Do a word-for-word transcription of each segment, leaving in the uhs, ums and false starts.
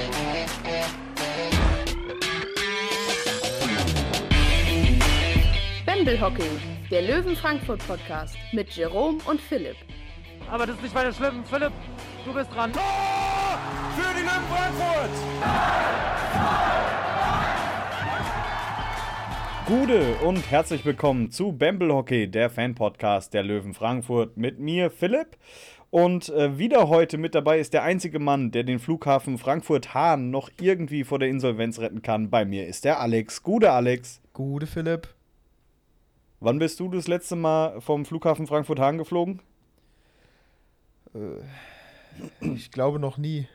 Bembel-Hockey, der Löwen-Frankfurt-Podcast mit Jerome und Philipp. Aber das ist nicht weiter schlimm. Philipp, du bist dran. Tor für die Löwen Frankfurt! Gute und herzlich willkommen zu Bembel-Hockey, der Fan-Podcast der Löwen Frankfurt mit mir, Philipp. Und äh, wieder heute mit dabei ist der einzige Mann, der den Flughafen Frankfurt-Hahn noch irgendwie vor der Insolvenz retten kann. Bei mir ist der Alex. Gute Alex. Gute Philipp. Wann bist du das letzte Mal vom Flughafen Frankfurt-Hahn geflogen? Äh, ich glaube noch nie.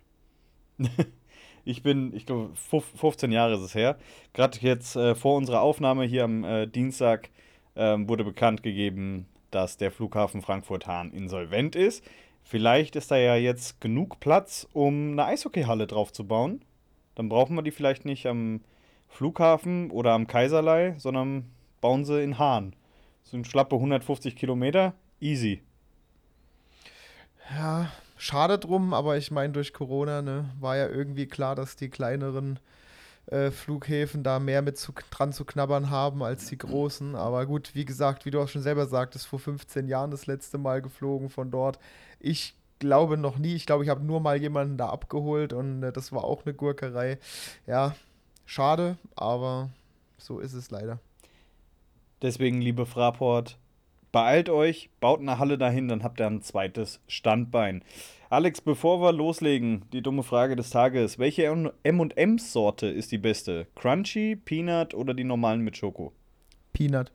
Ich bin, ich glaube, fünfzehn Jahre ist es her. Gerade jetzt äh, vor unserer Aufnahme hier am äh, Dienstag äh, wurde bekannt gegeben, dass der Flughafen Frankfurt-Hahn insolvent ist. Vielleicht ist da ja jetzt genug Platz, um eine Eishockeyhalle drauf zu bauen. Dann brauchen wir die vielleicht nicht am Flughafen oder am Kaiserlei, sondern bauen sie in Hahn. So sind schlappe hundertfünfzig Kilometer, easy. Ja, schade drum, aber ich meine, durch Corona, ne, war ja irgendwie klar, dass die kleineren äh, Flughäfen da mehr mit zu, dran zu knabbern haben als die großen. Aber gut, wie gesagt, wie du auch schon selber sagtest, vor fünfzehn Jahren das letzte Mal geflogen von dort. Ich glaube noch nie. Ich glaube, ich habe nur mal jemanden da abgeholt und äh, das war auch eine Gurkerei. Ja, schade, aber so ist es leider. Deswegen, liebe Fraport, beeilt euch, baut eine Halle dahin, dann habt ihr ein zweites Standbein. Alex, bevor wir loslegen, die dumme Frage des Tages. Welche M und M's-Sorte ist die beste? Crunchy, Peanut oder die normalen mit Schoko? Peanut.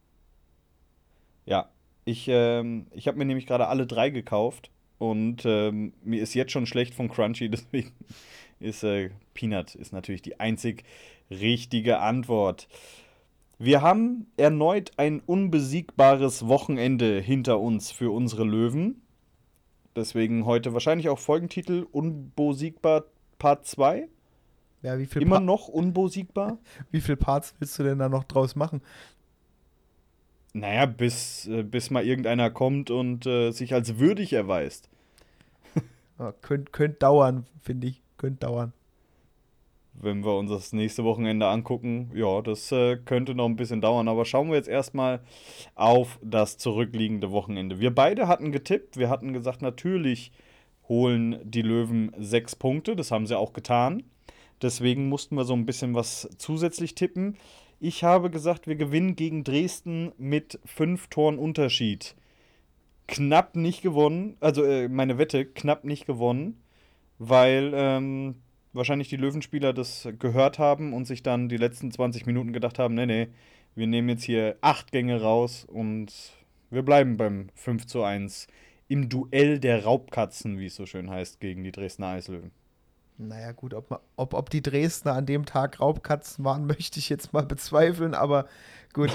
Ja, ich, ähm, ich habe mir nämlich gerade alle drei gekauft und ähm, mir ist jetzt schon schlecht von Crunchy, deswegen ist äh, Peanut ist natürlich die einzig richtige Antwort. Wir haben erneut ein unbesiegbares Wochenende hinter uns für unsere Löwen. Deswegen heute wahrscheinlich auch Folgentitel Unbesiegbar Part zwei. Ja, wie viel Immer pa- noch unbesiegbar? Wie viele Parts willst du denn da noch draus machen? Naja, bis, äh, bis mal irgendeiner kommt und äh, sich als würdig erweist. Ja, könnt, könnt dauern, finde ich. Könnt dauern. Wenn wir uns das nächste Wochenende angucken, ja, das äh, könnte noch ein bisschen dauern. Aber schauen wir jetzt erstmal auf das zurückliegende Wochenende. Wir beide hatten getippt. Wir hatten gesagt, natürlich holen die Löwen sechs Punkte. Das haben sie auch getan. Deswegen mussten wir so ein bisschen was zusätzlich tippen. Ich habe gesagt, wir gewinnen gegen Dresden mit fünf Toren Unterschied. Knapp nicht gewonnen. Also äh, meine Wette, knapp nicht gewonnen. Weil ähm, wahrscheinlich die Löwenspieler das gehört haben und sich dann die letzten zwanzig Minuten gedacht haben, nee, nee, wir nehmen jetzt hier acht Gänge raus und wir bleiben beim fünf zu eins im Duell der Raubkatzen, wie es so schön heißt, gegen die Dresdner Eislöwen. Naja gut, ob, ma- ob, ob die Dresdner an dem Tag Raubkatzen waren, möchte ich jetzt mal bezweifeln, aber gut.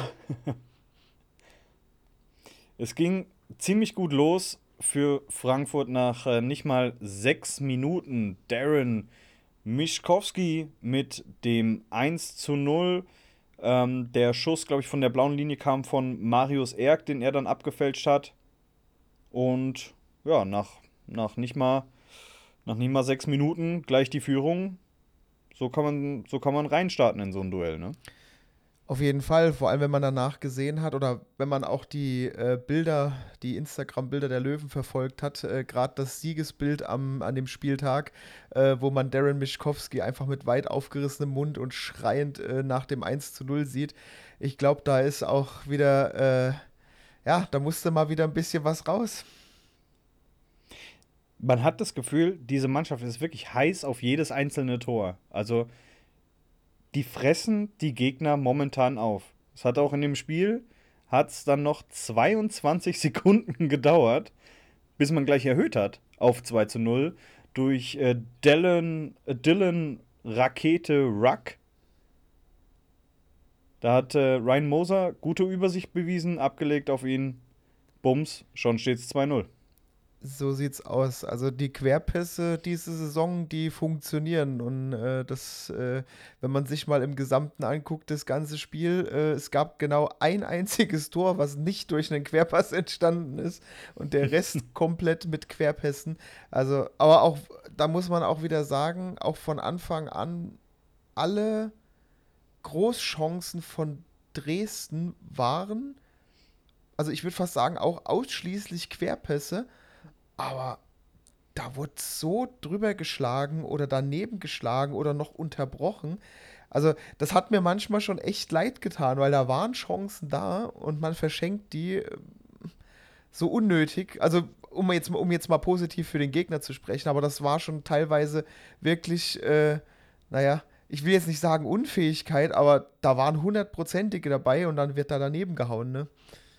Es ging ziemlich gut los für Frankfurt nach äh, nicht mal sechs Minuten. Darren Mischkowski mit dem eins zu null. Ähm, der Schuss, glaube ich, von der blauen Linie kam von Marius Erk, den er dann abgefälscht hat. Und ja, nach, nach, nicht mal, nach nicht mal sechs Minuten gleich die Führung. So kann man, so kann man reinstarten in so ein Duell, ne? Auf jeden Fall, vor allem wenn man danach gesehen hat oder wenn man auch die äh, Bilder, die Instagram-Bilder der Löwen verfolgt hat, äh, gerade das Siegesbild am, an dem Spieltag, äh, wo man Darren Mischkowski einfach mit weit aufgerissenem Mund und schreiend äh, nach dem eins zu null sieht. Ich glaube, da ist auch wieder, äh, ja, da musste mal wieder ein bisschen was raus. Man hat das Gefühl, diese Mannschaft ist wirklich heiß auf jedes einzelne Tor. Also die fressen die Gegner momentan auf. Es hat auch in dem Spiel, hat es dann noch zweiundzwanzig Sekunden gedauert, bis man gleich erhöht hat auf zwei zu null durch äh, Dylan, äh, Dylan Rakete Ruck. Da hat äh, Ryan Moser gute Übersicht bewiesen, abgelegt auf ihn. Bums, schon steht es zwei null. So sieht's aus. Also die Querpässe diese Saison, die funktionieren. Und äh, das, äh, wenn man sich mal im Gesamten anguckt, das ganze Spiel, äh, es gab genau ein einziges Tor, was nicht durch einen Querpass entstanden ist. Und der Rest komplett mit Querpässen. Also, aber auch da muss man auch wieder sagen, auch von Anfang an alle Großchancen von Dresden waren, also ich würde fast sagen, auch ausschließlich Querpässe, aber da wurde so drüber geschlagen oder daneben geschlagen oder noch unterbrochen. Also das hat mir manchmal schon echt leid getan, weil da waren Chancen da und man verschenkt die äh, so unnötig. Also um jetzt, um jetzt mal positiv für den Gegner zu sprechen, aber das war schon teilweise wirklich, äh, naja, ich will jetzt nicht sagen Unfähigkeit, aber da waren hundertprozentige dabei und dann wird da daneben gehauen, ne?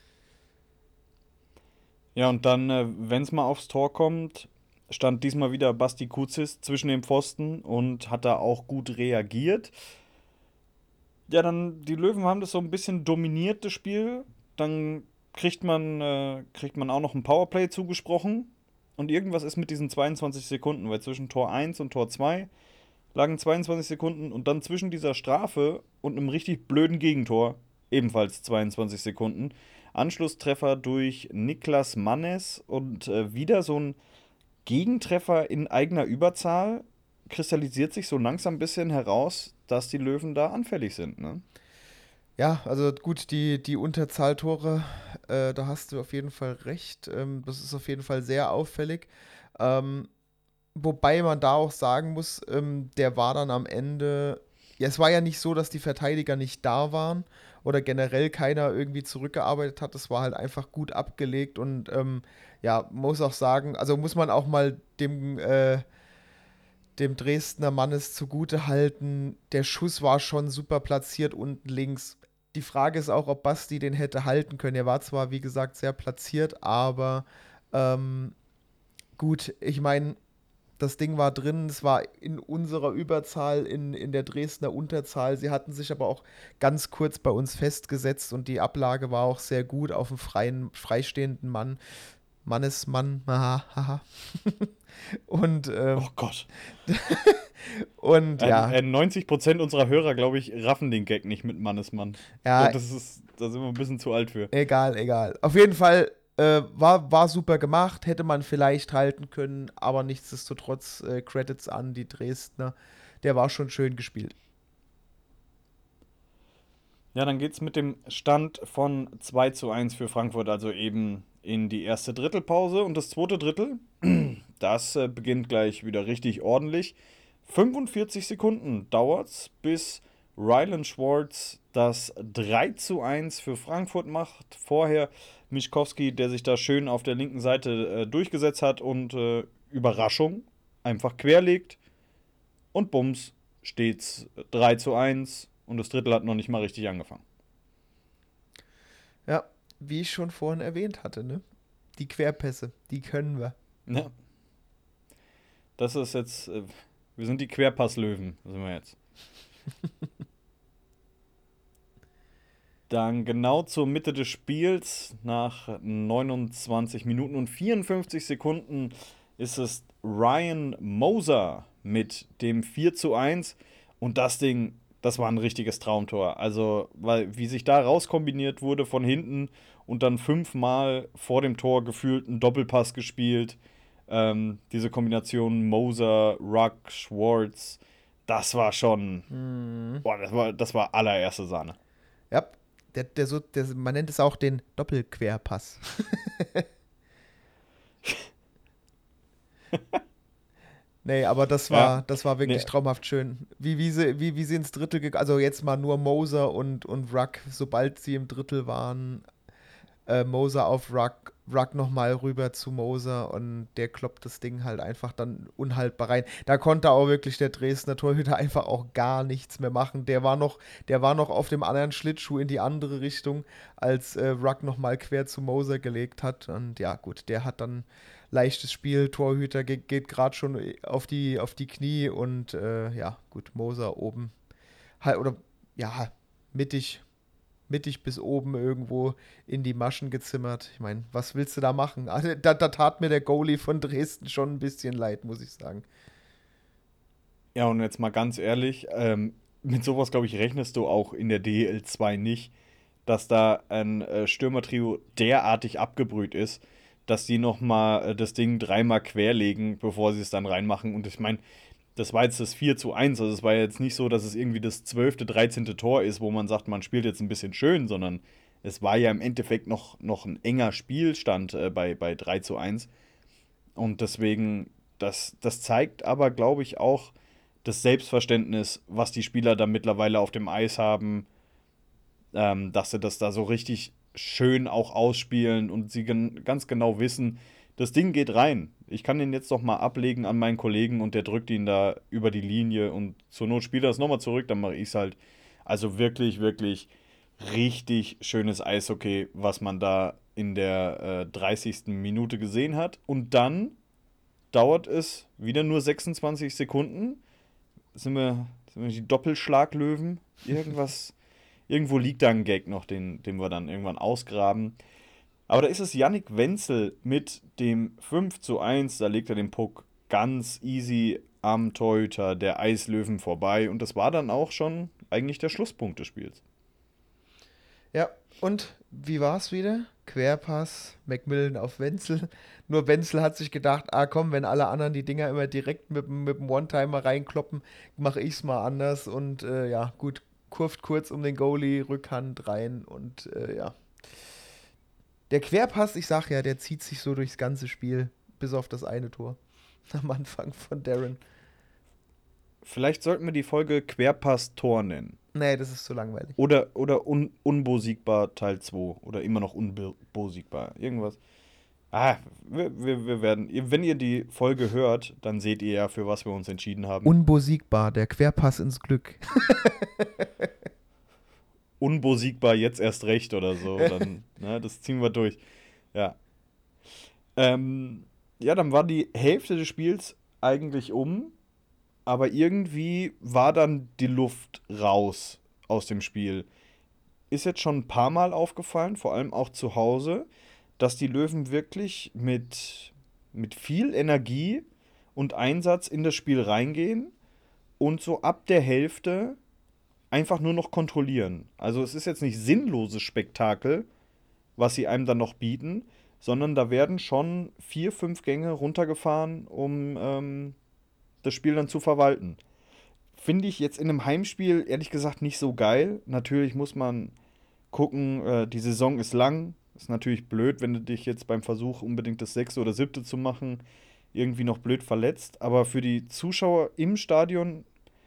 Ja, und dann, äh, wenn es mal aufs Tor kommt, stand diesmal wieder Basti Kuzis zwischen den Pfosten und hat da auch gut reagiert. Ja, dann, die Löwen haben das so ein bisschen dominiert, das Spiel. Dann kriegt man, äh, kriegt man auch noch ein Powerplay zugesprochen. Und irgendwas ist mit diesen zweiundzwanzig Sekunden, weil zwischen Tor eins und Tor zwei lagen zweiundzwanzig Sekunden und dann zwischen dieser Strafe und einem richtig blöden Gegentor ebenfalls zweiundzwanzig Sekunden. Anschlusstreffer durch Niklas Mannes und äh, wieder so ein Gegentreffer in eigener Überzahl. Kristallisiert sich so langsam ein bisschen heraus, dass die Löwen da anfällig sind, ne? Ja, also gut, die, die Unterzahltore, äh, da hast du auf jeden Fall recht. Ähm, das ist auf jeden Fall sehr auffällig. Ähm, wobei man da auch sagen muss, ähm, der war dann am Ende. Ja, es war ja nicht so, dass die Verteidiger nicht da waren oder generell keiner irgendwie zurückgearbeitet hat. Es war halt einfach gut abgelegt und ähm, ja, muss auch sagen, also muss man auch mal dem, äh, dem Dresdner Mannes zugute halten, der Schuss war schon super platziert unten links. Die Frage ist auch, ob Basti den hätte halten können. Er war zwar, wie gesagt, sehr platziert, aber ähm, gut, ich meine, das Ding war drin, es war in unserer Überzahl, in, in der Dresdner Unterzahl. Sie hatten sich aber auch ganz kurz bei uns festgesetzt und die Ablage war auch sehr gut auf dem freien, freistehenden Mann. Mannesmann, haha, haha. Und, ähm, Oh Gott. und ja. Äh, äh, neunzig Prozent unserer Hörer, glaube ich, raffen den Gag nicht mit Mannesmann. Ja. Ja, das ist, da sind wir ein bisschen zu alt für. Egal, egal. Auf jeden Fall äh, war, war super gemacht, hätte man vielleicht halten können, aber nichtsdestotrotz äh, Credits an die Dresdner. Der war schon schön gespielt. Ja, dann geht's mit dem Stand von zwei zu eins für Frankfurt, also eben in die erste Drittelpause. Und das zweite Drittel, das äh, beginnt gleich wieder richtig ordentlich. fünfundvierzig Sekunden dauert's, bis Rylan Schwartz das drei zu eins für Frankfurt macht. Vorher Mischkowski, der sich da schön auf der linken Seite äh, durchgesetzt hat und äh, Überraschung einfach querlegt. Und bums, steht's drei zu eins und das Drittel hat noch nicht mal richtig angefangen. Ja, wie ich schon vorhin erwähnt hatte, ne? Die Querpässe, die können wir. Ja. Das ist jetzt, äh, wir sind die Querpasslöwen, sind wir jetzt. Dann genau zur Mitte des Spiels, nach neunundzwanzig Minuten und vierundfünfzig Sekunden, ist es Ryan Moser mit dem vier zu eins. Und das Ding, das war ein richtiges Traumtor. Also, weil wie sich da rauskombiniert wurde von hinten und dann fünfmal vor dem Tor gefühlt einen Doppelpass gespielt. Ähm, diese Kombination Moser, Ruck, Schwartz, das war schon, Mhm. boah, das war, das war allererste Sahne. Ja, der, der so, der, man nennt es auch den Doppelquerpass. Nee, aber das war, Ja. das war wirklich Nee. traumhaft schön. Wie, wie, sie, wie, wie sie ins Drittel gegangen, also jetzt mal nur Moser und, und Ruck, sobald sie im Drittel waren, äh, Moser auf Ruck, Ruck nochmal rüber zu Moser und der kloppt das Ding halt einfach dann unhaltbar rein. Da konnte auch wirklich der Dresdner Torhüter einfach auch gar nichts mehr machen. Der war noch, der war noch auf dem anderen Schlittschuh in die andere Richtung, als äh, Ruck nochmal quer zu Moser gelegt hat. Und ja, gut, der hat dann leichtes Spiel, Torhüter ge- geht gerade schon auf die, auf die Knie und äh, ja, gut, Moser oben. Halt, oder ja, mittig, mittig bis oben irgendwo in die Maschen gezimmert. Ich meine, was willst du da machen? Also, da, da tat mir der Goalie von Dresden schon ein bisschen leid, muss ich sagen. Ja, und jetzt mal ganz ehrlich, ähm, mit sowas, glaube ich, rechnest du auch in der D L zwei nicht, dass da ein äh, Stürmertrio derartig abgebrüht ist. dass die nochmal das Ding dreimal querlegen, bevor sie es dann reinmachen. Und ich meine, das war jetzt das vier zu eins, also es war jetzt nicht so, dass es irgendwie das zwölfte, dreizehnte Tor ist, wo man sagt, man spielt jetzt ein bisschen schön, sondern es war ja im Endeffekt noch, noch ein enger Spielstand äh, bei, bei drei zu eins. Und deswegen, das, das zeigt aber, glaube ich, auch das Selbstverständnis, was die Spieler da mittlerweile auf dem Eis haben, ähm, dass sie das da so richtig schön auch ausspielen und sie gen- ganz genau wissen, das Ding geht rein. Ich kann den jetzt doch mal ablegen an meinen Kollegen und der drückt ihn da über die Linie und zur Not spielt er es nochmal zurück, dann mache ich es halt. Also wirklich, wirklich richtig schönes Eishockey, was man da in der äh, dreißigsten Minute gesehen hat. Und dann dauert es wieder nur sechsundzwanzig Sekunden. Sind wir, sind wir die Doppelschlaglöwen? Irgendwas, irgendwo liegt da ein Gag noch, den, den wir dann irgendwann ausgraben. Aber da ist es Yannick Wenzel mit dem fünf zu eins. Da legt er den Puck ganz easy am Torhüter der Eislöwen vorbei. Und das war dann auch schon eigentlich der Schlusspunkt des Spiels. Ja, und wie war's wieder? Querpass, Macmillan auf Wenzel. Nur Wenzel hat sich gedacht, ah komm, wenn alle anderen die Dinger immer direkt mit, dem- mit dem One-Timer reinkloppen, mache ich's mal anders. Und äh, ja, gut, kurft kurz um den Goalie, Rückhand rein und äh, ja. Der Querpass, ich sag ja, der zieht sich so durchs ganze Spiel, bis auf das eine Tor am Anfang von Darren. Vielleicht sollten wir die Folge Querpass-Tor nennen. Nee, das ist zu langweilig. Oder, oder un, Unbesiegbar Teil zwei. Oder immer noch Unbesiegbar. Irgendwas. Ah, wir, wir, wir werden. Wenn ihr die Folge hört, dann seht ihr ja, für was wir uns entschieden haben. Unbesiegbar, der Querpass ins Glück. Unbesiegbar jetzt erst recht oder so. Dann, ne, das ziehen wir durch. Ja. Ähm, ja, dann war die Hälfte des Spiels eigentlich um. Aber irgendwie war dann die Luft raus aus dem Spiel. Ist jetzt schon ein paar Mal aufgefallen, vor allem auch zu Hause, dass die Löwen wirklich mit, mit viel Energie und Einsatz in das Spiel reingehen und so ab der Hälfte einfach nur noch kontrollieren. Also es ist jetzt nicht sinnloses Spektakel, was sie einem dann noch bieten, sondern da werden schon vier, fünf Gänge runtergefahren, um ähm, das Spiel dann zu verwalten. Finde ich jetzt in einem Heimspiel ehrlich gesagt nicht so geil. Natürlich muss man gucken, äh, die Saison ist lang. Ist natürlich blöd, wenn du dich jetzt beim Versuch, unbedingt das sechste oder siebte zu machen, irgendwie noch blöd verletzt. Aber für die Zuschauer im Stadion,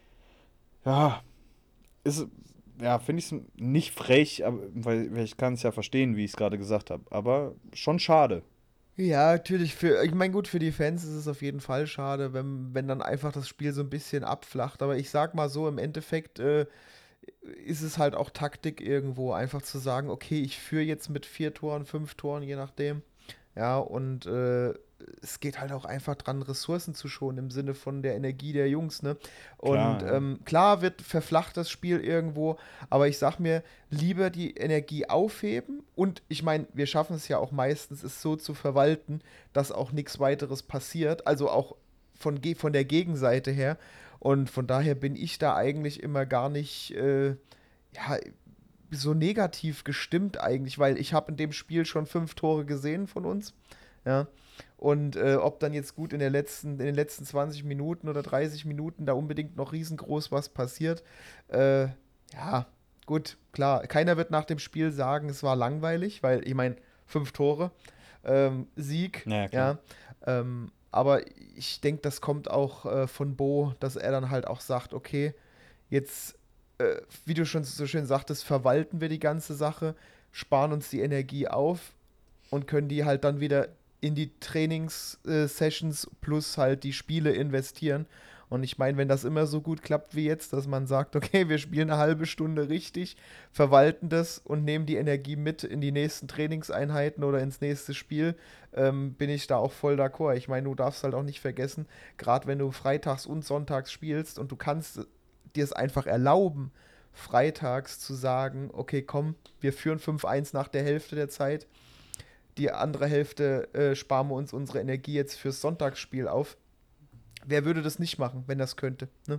ja, ist, ja, finde ich es nicht frech, aber, weil, weil ich kann es ja verstehen, wie ich es gerade gesagt habe. Aber schon schade. Ja, natürlich. Für, ich meine, gut, für die Fans ist es auf jeden Fall schade, wenn, wenn dann einfach das Spiel so ein bisschen abflacht. Aber ich sag mal so, im Endeffekt äh, ist es halt auch Taktik irgendwo, einfach zu sagen, okay, ich führe jetzt mit vier Toren, fünf Toren, je nachdem. Ja, und äh, es geht halt auch einfach dran, Ressourcen zu schonen im Sinne von der Energie der Jungs, ne? Und Klar, ja. ähm, klar wird verflacht das Spiel irgendwo, aber ich sag mir, lieber die Energie aufheben und ich meine, wir schaffen es ja auch meistens, es so zu verwalten, dass auch nichts weiteres passiert, also auch von, ge- von der Gegenseite her. Und von daher bin ich da eigentlich immer gar nicht, äh, ja, so negativ gestimmt eigentlich, weil ich habe in dem Spiel schon fünf Tore gesehen von uns. Ja. Und äh, ob dann jetzt gut in, der letzten, in den letzten zwanzig Minuten oder dreißig Minuten da unbedingt noch riesengroß was passiert, äh, ja, gut, klar. Keiner wird nach dem Spiel sagen, es war langweilig, weil ich meine, fünf Tore, ähm, Sieg, Ja, klar. ja. Ähm, aber ich denke, das kommt auch äh, von Bo, dass er dann halt auch sagt, okay, jetzt äh, wie du schon so schön sagtest, verwalten wir die ganze Sache, sparen uns die Energie auf und können die halt dann wieder in die Trainings-Sessions plus halt die Spiele investieren. Und ich meine, wenn das immer so gut klappt wie jetzt, dass man sagt, okay, wir spielen eine halbe Stunde richtig, verwalten das und nehmen die Energie mit in die nächsten Trainingseinheiten oder ins nächste Spiel, ähm, bin ich da auch voll d'accord. Ich meine, du darfst halt auch nicht vergessen, gerade wenn du freitags und sonntags spielst und du kannst dir es einfach erlauben, freitags zu sagen, okay, komm, wir führen fünf eins nach der Hälfte der Zeit, die andere Hälfte äh, sparen wir uns unsere Energie jetzt fürs Sonntagsspiel auf. Wer würde das nicht machen, wenn das könnte? Ne?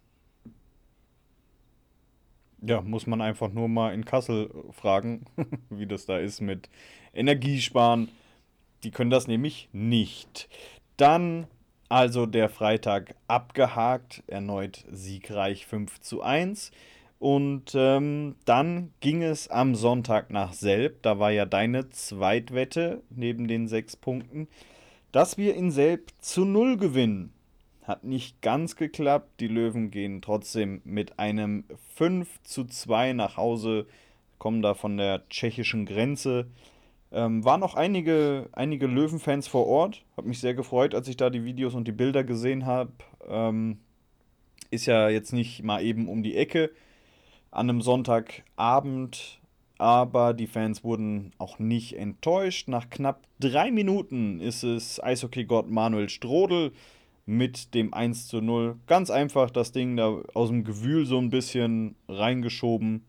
Ja, muss man einfach nur mal in Kassel fragen, wie das da ist mit Energiesparen. Die können das nämlich nicht. Dann also der Freitag abgehakt, erneut siegreich fünf zu eins. Und ähm, dann ging es am Sonntag nach Selb, da war ja deine Zweitwette neben den sechs Punkten, dass wir in Selb zu null gewinnen. Hat nicht ganz geklappt, die Löwen gehen trotzdem mit einem fünf zu zwei nach Hause, kommen da von der tschechischen Grenze. Ähm, waren auch einige, einige Löwenfans vor Ort, hat mich sehr gefreut, als ich da die Videos und die Bilder gesehen habe. Ähm, ist ja jetzt nicht mal eben um die Ecke an einem Sonntagabend, aber die Fans wurden auch nicht enttäuscht. Nach knapp drei Minuten ist es Eishockey-Gott Manuel Strodl mit dem eins zu null. Ganz einfach das Ding da aus dem Gewühl so ein bisschen reingeschoben.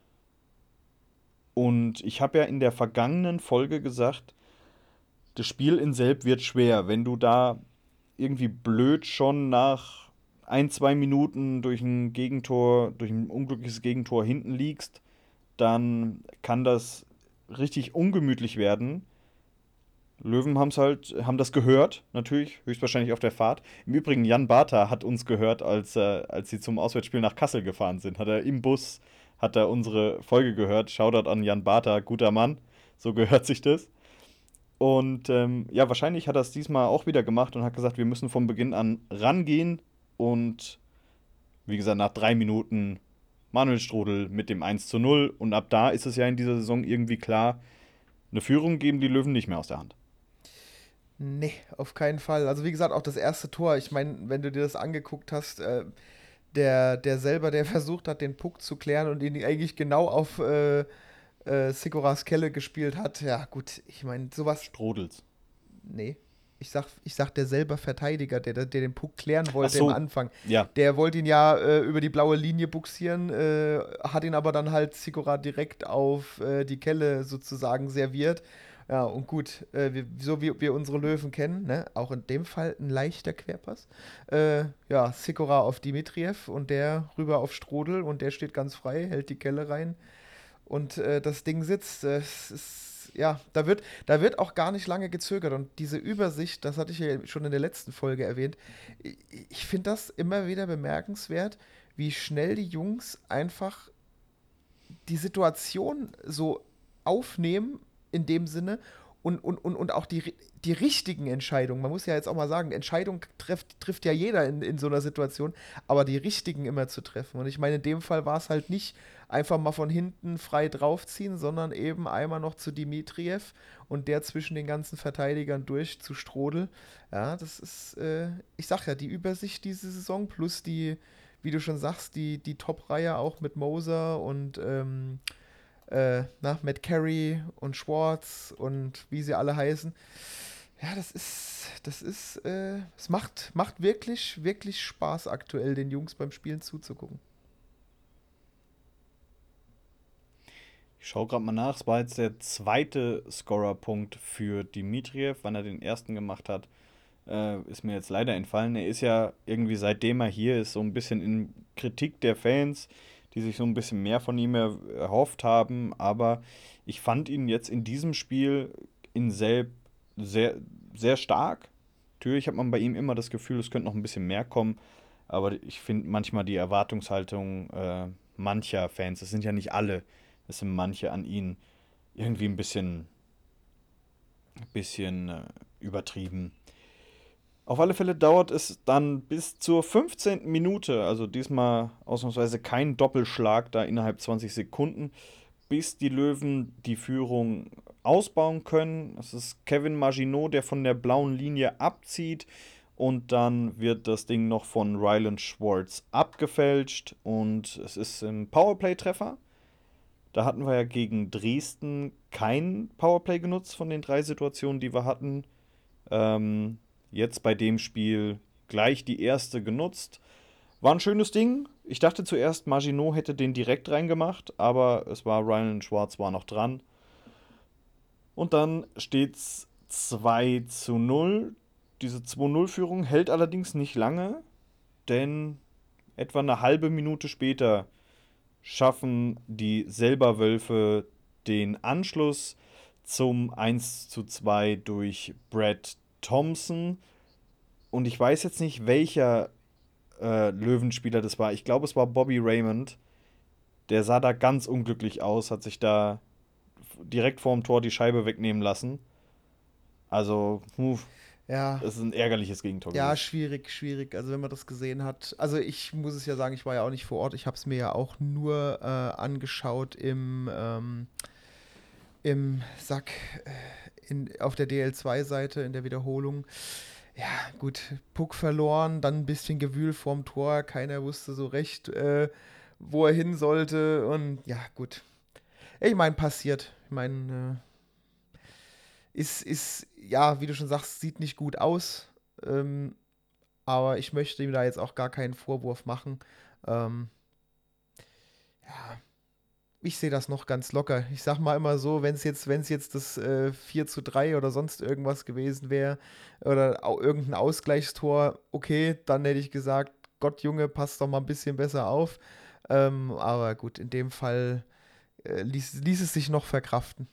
Und ich habe ja in der vergangenen Folge gesagt, das Spiel in Selb wird schwer. Wenn du da irgendwie blöd schon nach ein, zwei Minuten durch ein Gegentor, durch ein unglückliches Gegentor hinten liegst, dann kann das richtig ungemütlich werden. Löwen haben's halt, haben das gehört, natürlich, höchstwahrscheinlich auf der Fahrt. Im Übrigen, Jan Bartha hat uns gehört, als, äh, als sie zum Auswärtsspiel nach Kassel gefahren sind. Hat er im Bus, hat er unsere Folge gehört. Shoutout an Jan Bartha, guter Mann, so gehört sich das. Und ähm, ja, wahrscheinlich hat er es diesmal auch wieder gemacht und hat gesagt, wir müssen von Beginn an rangehen. Und wie gesagt, nach drei Minuten Manuel Strodl mit dem eins zu null. Und ab da ist es ja in dieser Saison irgendwie klar, eine Führung geben die Löwen nicht mehr aus der Hand. Nee, auf keinen Fall. Also wie gesagt, auch das erste Tor, ich meine, wenn du dir das angeguckt hast, äh, der, der selber, der versucht hat, den Puck zu klären und ihn eigentlich genau auf äh, äh, Sikoras Kelle gespielt hat, ja gut, ich meine, sowas... Strodls. Nee, ich sag, ich sag der selber Verteidiger, der, der den Puck klären wollte so. am Anfang. Ja. Der wollte ihn ja äh, über die blaue Linie buxieren, äh, hat ihn aber dann halt Sikora direkt auf äh, die Kelle sozusagen serviert. Ja, und gut, äh, wir, so wie wir unsere Löwen kennen, ne? Auch in dem Fall ein leichter Querpass. Äh, ja, Sikora auf Dimitriev und der rüber auf Strodl und der steht ganz frei, hält die Kelle rein und äh, das Ding sitzt. Es ist, ja, da wird, da wird auch gar nicht lange gezögert und diese Übersicht, das hatte ich ja schon in der letzten Folge erwähnt, ich, ich finde das immer wieder bemerkenswert, wie schnell die Jungs einfach die Situation so aufnehmen, in dem Sinne und, und, und, und auch die, die richtigen Entscheidungen. Man muss ja jetzt auch mal sagen, Entscheidungen trifft, trifft ja jeder in, in so einer Situation, aber die richtigen immer zu treffen. Und ich meine, in dem Fall war es halt nicht einfach mal von hinten frei draufziehen, sondern eben einmal noch zu Dimitriev und der zwischen den ganzen Verteidigern durch zu Strodl. Ja, das ist, äh, ich sag ja, die Übersicht diese Saison plus die, wie du schon sagst, die, die Top-Reihe auch mit Moser und ähm, Äh, na, Matt Carey und Schwartz und wie sie alle heißen. Ja, das ist, das ist, äh, es macht, macht wirklich, wirklich Spaß aktuell, den Jungs beim Spielen zuzugucken. Ich schaue gerade mal nach, es war jetzt der zweite Scorerpunkt für Dimitriev, wann er den ersten gemacht hat, äh, ist mir jetzt leider entfallen. Er ist ja irgendwie, seitdem er hier ist, so ein bisschen in Kritik der Fans, die sich so ein bisschen mehr von ihm er- erhofft haben, aber ich fand ihn jetzt in diesem Spiel in Selb sehr, sehr stark. Natürlich hat man bei ihm immer das Gefühl, es könnte noch ein bisschen mehr kommen, aber ich finde manchmal die Erwartungshaltung äh, mancher Fans, es sind ja nicht alle, es sind manche an ihn, irgendwie ein bisschen, bisschen äh, übertrieben. Auf alle Fälle dauert es dann bis zur fünfzehnten Minute, also diesmal ausnahmsweise kein Doppelschlag da innerhalb zwanzig Sekunden, bis die Löwen die Führung ausbauen können. Es ist Kevin Maginot, der von der blauen Linie abzieht und dann wird das Ding noch von Ryland Schwartz abgefälscht und es ist ein Powerplay-Treffer. Da hatten wir ja gegen Dresden kein Powerplay genutzt von den drei Situationen, die wir hatten. Ähm... Jetzt bei dem Spiel gleich die erste genutzt. War ein schönes Ding. Ich dachte zuerst, Maginot hätte den direkt reingemacht, aber es war Ryan Schwartz war noch dran. Und dann steht's zwei zu null. Diese zwei null-Führung hält allerdings nicht lange, denn etwa eine halbe Minute später schaffen die Selberwölfe den Anschluss. zum eins zu zwei durch Brad Thompson. Und ich weiß jetzt nicht, welcher äh, Löwenspieler das war. Ich glaube, es war Bobby Raymond. Der sah da ganz unglücklich aus, hat sich da direkt vorm Tor die Scheibe wegnehmen lassen. Also, puh, Ja. das ist ein ärgerliches Gegentor. Ja, gewesen. schwierig, schwierig. Also wenn man das gesehen hat. Also ich muss es ja sagen, ich war ja auch nicht vor Ort. Ich habe es mir ja auch nur äh, angeschaut im, ähm, im Sack äh, in, auf der D L zwei Seite in der Wiederholung. Ja, gut, Puck verloren, dann ein bisschen Gewühl vorm Tor. Keiner wusste so recht, äh, wo er hin sollte. Und ja, gut. Ich meine, passiert. Ich meine, äh, ist, ist, ja, wie du schon sagst, sieht nicht gut aus. Ähm, aber ich möchte ihm da jetzt auch gar keinen Vorwurf machen. Ähm, ja, ich sehe das noch ganz locker. Ich sag mal immer so, wenn es jetzt, wenn es jetzt das äh, vier zu drei oder sonst irgendwas gewesen wäre oder au- irgendein Ausgleichstor, okay, dann hätte ich gesagt, Gott Junge, passt doch mal ein bisschen besser auf. Ähm, aber gut, in dem Fall äh, ließ, ließ es sich noch verkraften.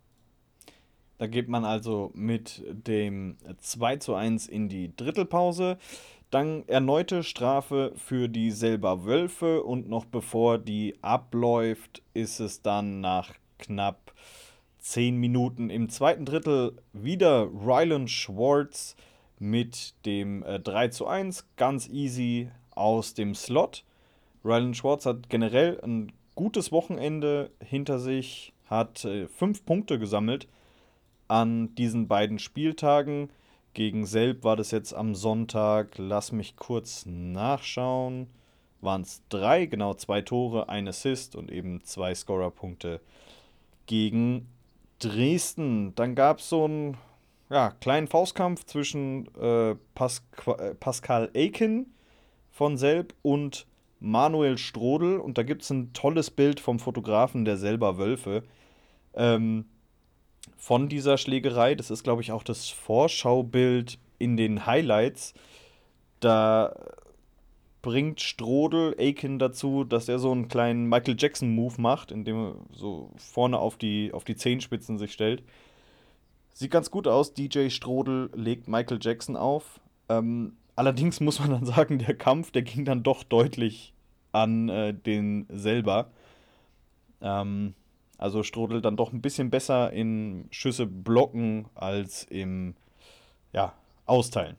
Da geht man also mit dem zwei zu eins in die Drittelpause. Dann erneute Strafe für die Selber Wölfe und noch bevor die abläuft, ist es dann nach knapp zehn Minuten im zweiten Drittel wieder Rylan Schwartz mit dem äh, drei zu eins, ganz easy aus dem Slot. Rylan Schwartz hat generell ein gutes Wochenende hinter sich, hat äh, fünf Punkte gesammelt an diesen beiden Spieltagen. Gegen Selb war das jetzt am Sonntag, lass mich kurz nachschauen, waren es drei, genau zwei Tore, ein Assist und eben zwei Scorerpunkte gegen Dresden. Dann gab es so einen ja, kleinen Faustkampf zwischen äh, Pas äh, Pascal Aiken von Selb und Manuel Strodel und da gibt es ein tolles Bild vom Fotografen der Selber Wölfe. Ähm, von dieser Schlägerei. Das ist, glaube ich, auch das Vorschaubild in den Highlights. Da bringt Strodel Aiken dazu, dass er so einen kleinen Michael Jackson-Move macht, indem er so vorne auf die, auf die Zehenspitzen sich stellt. Sieht ganz gut aus. D J Strodel legt Michael Jackson auf. Ähm, allerdings muss man dann sagen, der Kampf, der ging dann doch deutlich an äh, den selber. Ähm, Also Strodel dann doch ein bisschen besser in Schüsse blocken als im ja, Austeilen.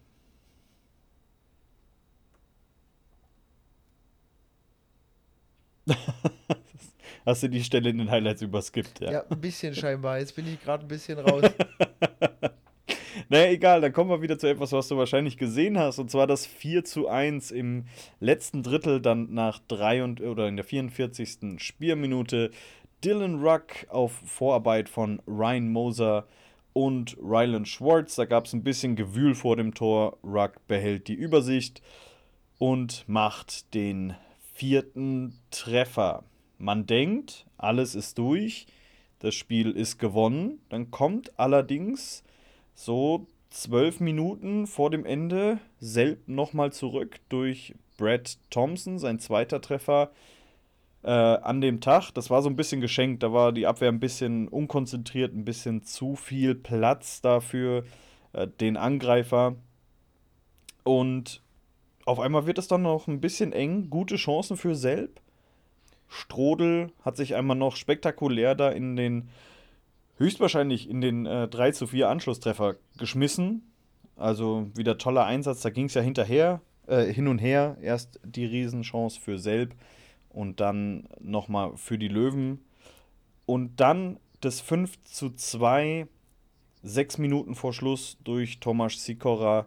Hast du die Stelle in den Highlights überskippt, ja? Ja, ein bisschen scheinbar. Jetzt bin ich gerade ein bisschen raus. Naja, egal, dann kommen wir wieder zu etwas, was du wahrscheinlich gesehen hast. Und zwar das vier zu eins im letzten Drittel, dann nach drei und, oder in der vierundvierzigsten Spielminute. Dylan Ruck auf Vorarbeit von Ryan Moser und Rylan Schwartz. Da gab es ein bisschen Gewühl vor dem Tor. Ruck behält die Übersicht und macht den vierten Treffer. Man denkt, alles ist durch, das Spiel ist gewonnen. Dann kommt allerdings so zwölf Minuten vor dem Ende Selb nochmal zurück durch Brad Thompson, sein zweiter Treffer äh, an dem Tag. Das war so ein bisschen geschenkt, da war die Abwehr ein bisschen unkonzentriert, ein bisschen zu viel Platz dafür, äh, den Angreifer. Und auf einmal wird es dann noch ein bisschen eng, gute Chancen für Selb. Strodel hat sich einmal noch spektakulär da in den, höchstwahrscheinlich in den äh, drei zu vier Anschlusstreffer geschmissen. Also wieder toller Einsatz, da ging es ja hinterher, äh, hin und her. Erst die Riesenchance für Selb und dann nochmal für die Löwen. Und dann das fünf zu zwei, sechs Minuten vor Schluss durch Tomasz Sikora.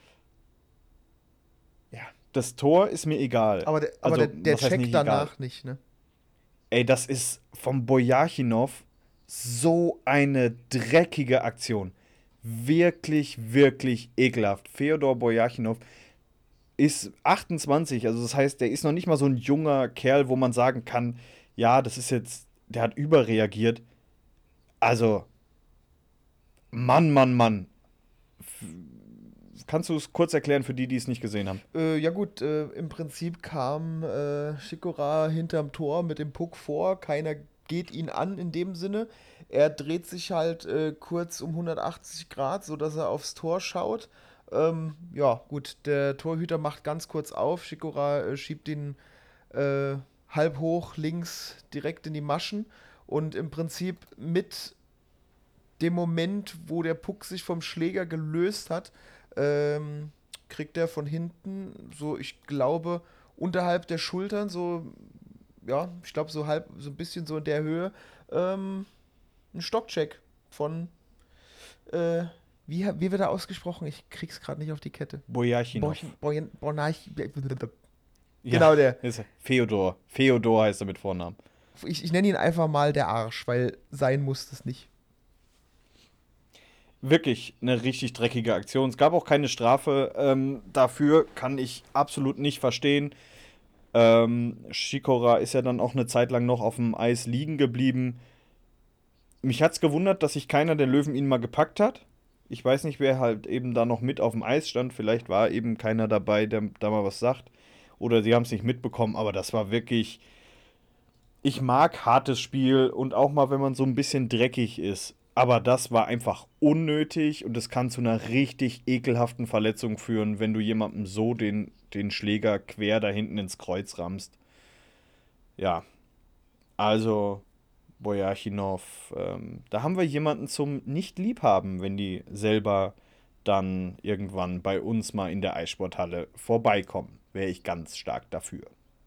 Ja, das Tor ist mir egal. Aber der, aber Also, der, der was heißt Check nicht danach egal? nicht, ne? Ey, das ist vom Bojarchinov so eine dreckige Aktion. Wirklich, wirklich ekelhaft. Feodor Bojarchinov ist achtundzwanzig, also das heißt, der ist noch nicht mal so ein junger Kerl, wo man sagen kann, ja, das ist jetzt, der hat überreagiert. Also, Mann, Mann, Mann. F- Kannst du es kurz erklären für die, die es nicht gesehen haben? Äh, ja gut, äh, im Prinzip kam äh, Sikora hinterm Tor mit dem Puck vor, keiner geht ihn an in dem Sinne. Er dreht sich halt äh, kurz um hundertachtzig Grad, sodass er aufs Tor schaut. Ähm, ja, gut, der Torhüter macht ganz kurz auf. Sikora äh, schiebt ihn äh, halb hoch links direkt in die Maschen. Und im Prinzip mit dem Moment, wo der Puck sich vom Schläger gelöst hat, ähm, kriegt er von hinten, so ich glaube, unterhalb der Schultern, so, ja, ich glaube, so halb, so ein bisschen so in der Höhe, ähm, einen Stockcheck von, äh, wie, wie wird er ausgesprochen? Ich krieg's gerade nicht auf die Kette. Bojarchinov. Bojan- Bonach- Ja, Genau der. ist er. Feodor. Feodor heißt er mit Vornamen. Ich, ich nenne ihn einfach mal der Arsch, weil sein muss es nicht. Wirklich eine richtig dreckige Aktion. Es gab auch keine Strafe ähm, dafür, kann ich absolut nicht verstehen. Ähm, Sikora ist ja dann auch eine Zeit lang noch auf dem Eis liegen geblieben. Mich hat's gewundert, dass sich keiner der Löwen ihn mal gepackt hat. Ich weiß nicht, wer halt eben da noch mit auf dem Eis stand. Vielleicht war eben keiner dabei, der da mal was sagt. Oder sie haben es nicht mitbekommen, aber das war wirklich. Ich mag hartes Spiel und auch mal, wenn man so ein bisschen dreckig ist. Aber das war einfach unnötig und es kann zu einer richtig ekelhaften Verletzung führen, wenn du jemandem so den, den Schläger quer da hinten ins Kreuz rammst. Ja, also Bojarchinov, ähm, da haben wir jemanden zum Nicht-Liebhaben, wenn die selber dann irgendwann bei uns mal in der Eissporthalle vorbeikommen. Wäre ich ganz stark dafür.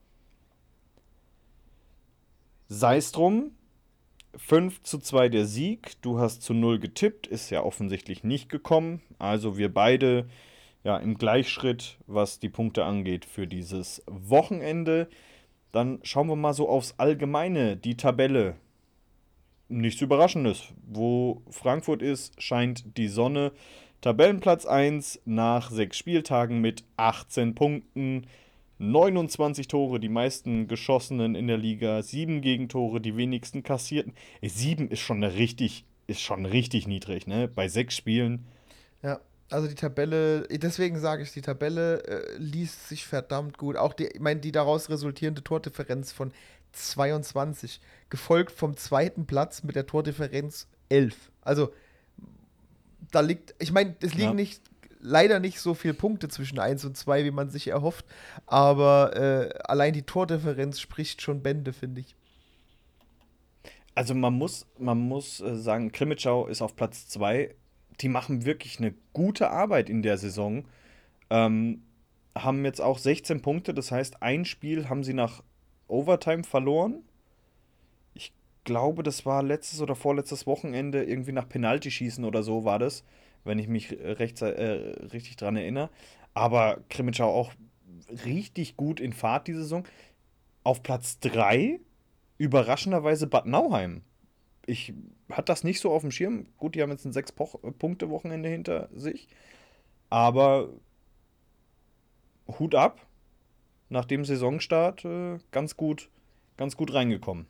Sei es drum, fünf zu zwei der Sieg, du hast zu null getippt, ist ja offensichtlich nicht gekommen. Also wir beide ja im Gleichschritt, was die Punkte angeht für dieses Wochenende. Dann schauen wir mal so aufs Allgemeine, die Tabelle. Nichts Überraschendes. Wo Frankfurt ist, scheint die Sonne. Tabellenplatz eins nach sechs Spieltagen mit achtzehn Punkten. neunundzwanzig Tore, die meisten geschossenen in der Liga, sieben Gegentore, die wenigsten kassierten. Ey, sieben ist schon eine richtig, ist schon richtig niedrig, ne? Bei sechs Spielen. Ja, also die Tabelle, deswegen sage ich, die Tabelle äh, liest sich verdammt gut. Auch die, ich meine, die daraus resultierende Tordifferenz von zweiundzwanzig, gefolgt vom zweiten Platz mit der Tordifferenz elf. Also da liegt, ich meine, es liegen Ja. nicht leider nicht so viele Punkte zwischen eins und zwei, wie man sich erhofft, aber äh, allein die Tordifferenz spricht schon Bände, finde ich. Also man muss, man muss äh, sagen, Krimitschau ist auf Platz zwei. Die machen wirklich eine gute Arbeit in der Saison. Ähm, haben jetzt auch sechzehn Punkte, das heißt, ein Spiel haben sie nach Overtime verloren. Ich glaube, das war letztes oder vorletztes Wochenende, irgendwie nach Penaltyschießen oder so war das, wenn ich mich recht, äh, richtig dran erinnere. Aber Krimitschau auch richtig gut in Fahrt die Saison. Auf Platz drei überraschenderweise Bad Nauheim. Ich hatte das nicht so auf dem Schirm. Gut, die haben jetzt ein sechs-Punkte-Wochenende hinter sich. Aber Hut ab. Nach dem Saisonstart äh, ganz gut, ganz gut reingekommen.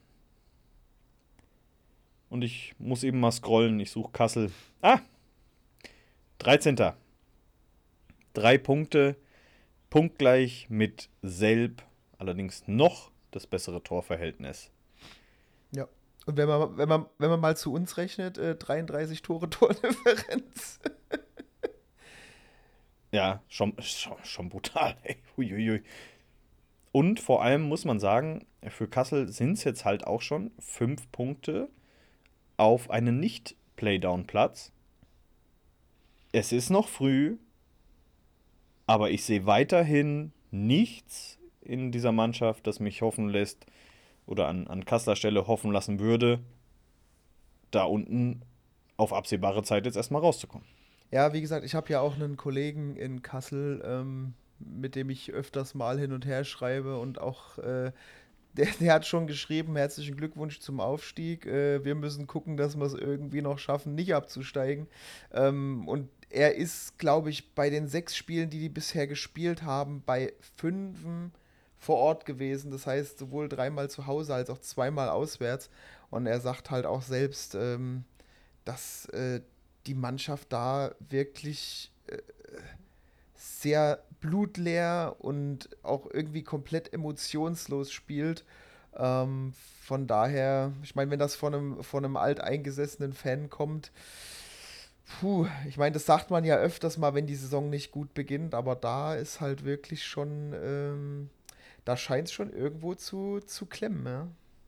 Und ich muss eben mal scrollen. Ich suche Kassel. Ah! dreizehnter Drei Punkte. Punktgleich mit Selb. Allerdings noch das bessere Torverhältnis. Ja. Und wenn man, wenn man, wenn man mal zu uns rechnet, äh, dreiunddreißig Tore Tordifferenz. Ja, schon, schon, schon brutal. Ey. Huiuiui. Und vor allem muss man sagen, für Kassel sind es jetzt halt auch schon fünf Punkte auf einen Nicht-Playdown-Platz. Es ist noch früh, aber ich sehe weiterhin nichts in dieser Mannschaft, das mich hoffen lässt oder an, an Kasseler Stelle hoffen lassen würde, da unten auf absehbare Zeit jetzt erstmal rauszukommen. Ja, wie gesagt, ich habe ja auch einen Kollegen in Kassel, ähm, mit dem ich öfters mal hin und her schreibe und auch, äh, der, der hat schon geschrieben, herzlichen Glückwunsch zum Aufstieg. Äh, wir müssen gucken, dass wir es irgendwie noch schaffen, nicht abzusteigen. Ähm, und er ist, glaube ich, bei den sechs Spielen, die die bisher gespielt haben, bei fünfen vor Ort gewesen. Das heißt, sowohl dreimal zu Hause als auch zweimal auswärts. Und er sagt halt auch selbst, ähm, dass äh, die Mannschaft da wirklich äh, sehr blutleer und auch irgendwie komplett emotionslos spielt. Ähm, von daher, ich meine, wenn das von einem, von einem alteingesessenen Fan kommt, puh, ich meine, das sagt man ja öfters mal, wenn die Saison nicht gut beginnt, aber da ist halt wirklich schon, ähm, da scheint es schon irgendwo zu, zu klemmen, ja.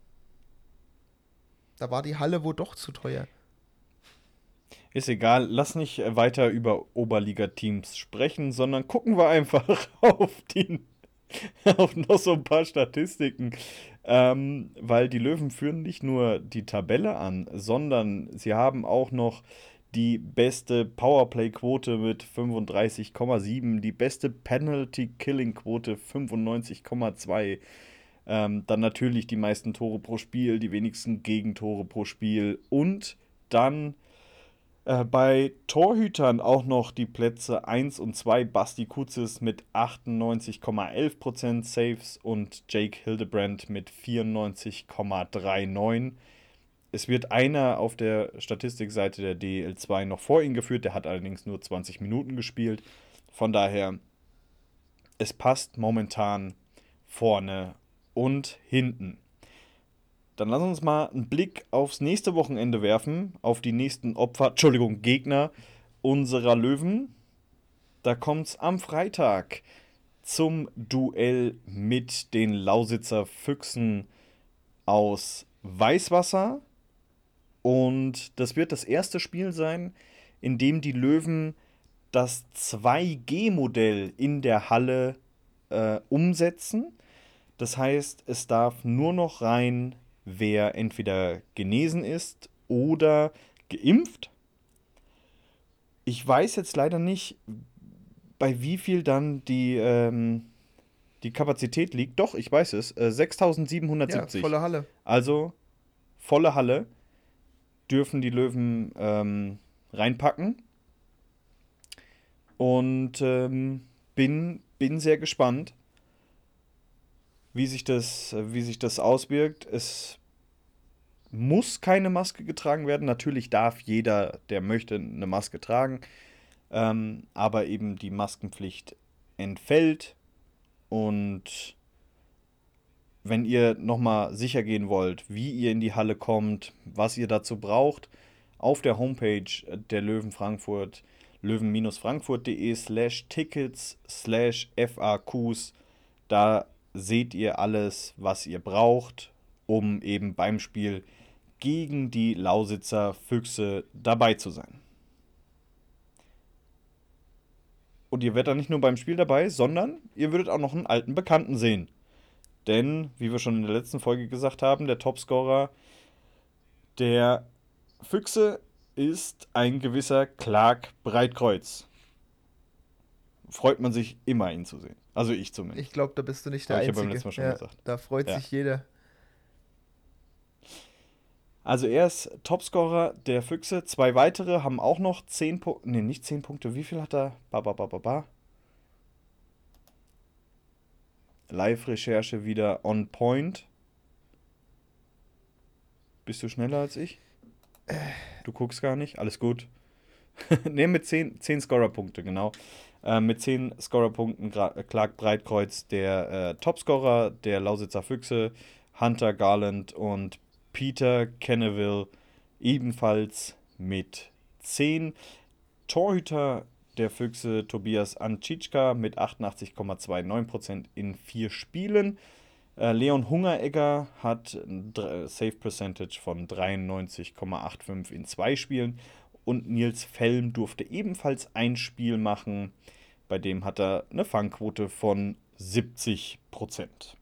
Da war die Halle wohl doch zu teuer. Ist egal, lass nicht äh, weiter über Oberliga-Teams sprechen, sondern gucken wir einfach auf die auf noch so ein paar Statistiken. Ähm, weil die Löwen führen nicht nur die Tabelle an, sondern sie haben auch noch die beste Powerplay-Quote mit fünfunddreißig Komma sieben, die beste Penalty-Killing-Quote fünfundneunzig Komma zwei. Ähm, dann natürlich die meisten Tore pro Spiel, die wenigsten Gegentore pro Spiel und dann äh, bei Torhütern auch noch die Plätze eins und zwei. Basti Kuzis mit achtundneunzig Komma elf Prozent Saves und Jake Hildebrandt mit vierundneunzig Komma neununddreißig. Es wird einer auf der Statistikseite der D L zwei noch vor ihm geführt, der hat allerdings nur zwanzig Minuten gespielt. Von daher, es passt momentan vorne und hinten. Dann lass uns mal einen Blick aufs nächste Wochenende werfen, auf die nächsten Opfer, Entschuldigung, Gegner unserer Löwen. Da kommt es am Freitag zum Duell mit den Lausitzer Füchsen aus Weißwasser. Und das wird das erste Spiel sein, in dem die Löwen das zwei G Modell in der Halle äh, umsetzen. Das heißt, es darf nur noch rein, wer entweder genesen ist oder geimpft. Ich weiß jetzt leider nicht, bei wie viel dann die, ähm, die Kapazität liegt. Doch, ich weiß es. Äh, sechstausendsiebenhundertsiebzig. Ja, volle Halle. Also volle Halle dürfen die Löwen ähm, reinpacken. Und ähm, bin, bin sehr gespannt, wie sich das, wie sich das auswirkt. Es muss keine Maske getragen werden. Natürlich darf jeder, der möchte, eine Maske tragen. Ähm, aber eben die Maskenpflicht entfällt. Und wenn ihr nochmal sicher gehen wollt, wie ihr in die Halle kommt, was ihr dazu braucht, auf der Homepage der Löwen Frankfurt, löwen-frankfurt.de slash Tickets slash F A Qs, da seht ihr alles, was ihr braucht, um eben beim Spiel gegen die Lausitzer Füchse dabei zu sein. Und ihr werdet dann nicht nur beim Spiel dabei, sondern ihr würdet auch noch einen alten Bekannten sehen. Denn, wie wir schon in der letzten Folge gesagt haben, der Topscorer der Füchse ist ein gewisser Clark Breitkreuz. Freut man sich immer, ihn zu sehen. Also ich zumindest. Ich glaube, da bist du nicht der Hab ich ja Einzige. beim letzten Mal schon ja, gesagt. Da freut Ja. sich jeder. Also er ist Topscorer der Füchse. Zwei weitere haben auch noch zehn Punkte. Ne, nicht zehn Punkte. Wie viel hat er? Ba, ba, ba, ba, ba. Live-Recherche wieder on point. Bist du schneller als ich? Du guckst gar nicht? Alles gut. Ne, mit zehn Scorer-Punkte, genau. Äh, mit zehn Scorer-Punkten Gra- Clark Breitkreuz, der äh, Topscorer der Lausitzer Füchse, Hunter Garland und Peter Kenneville ebenfalls mit zehn. Torhüter der Füchse Tobias Antschitschka mit achtundachtzig Komma neunundzwanzig Prozent in vier Spielen. Äh, Leon Hungeregger hat ein Dr- Save Percentage von dreiundneunzig Komma fünfundachtzig in zwei Spielen. Und Nils Felm durfte ebenfalls ein Spiel machen. Bei dem hat er eine Fangquote von siebzig Prozent.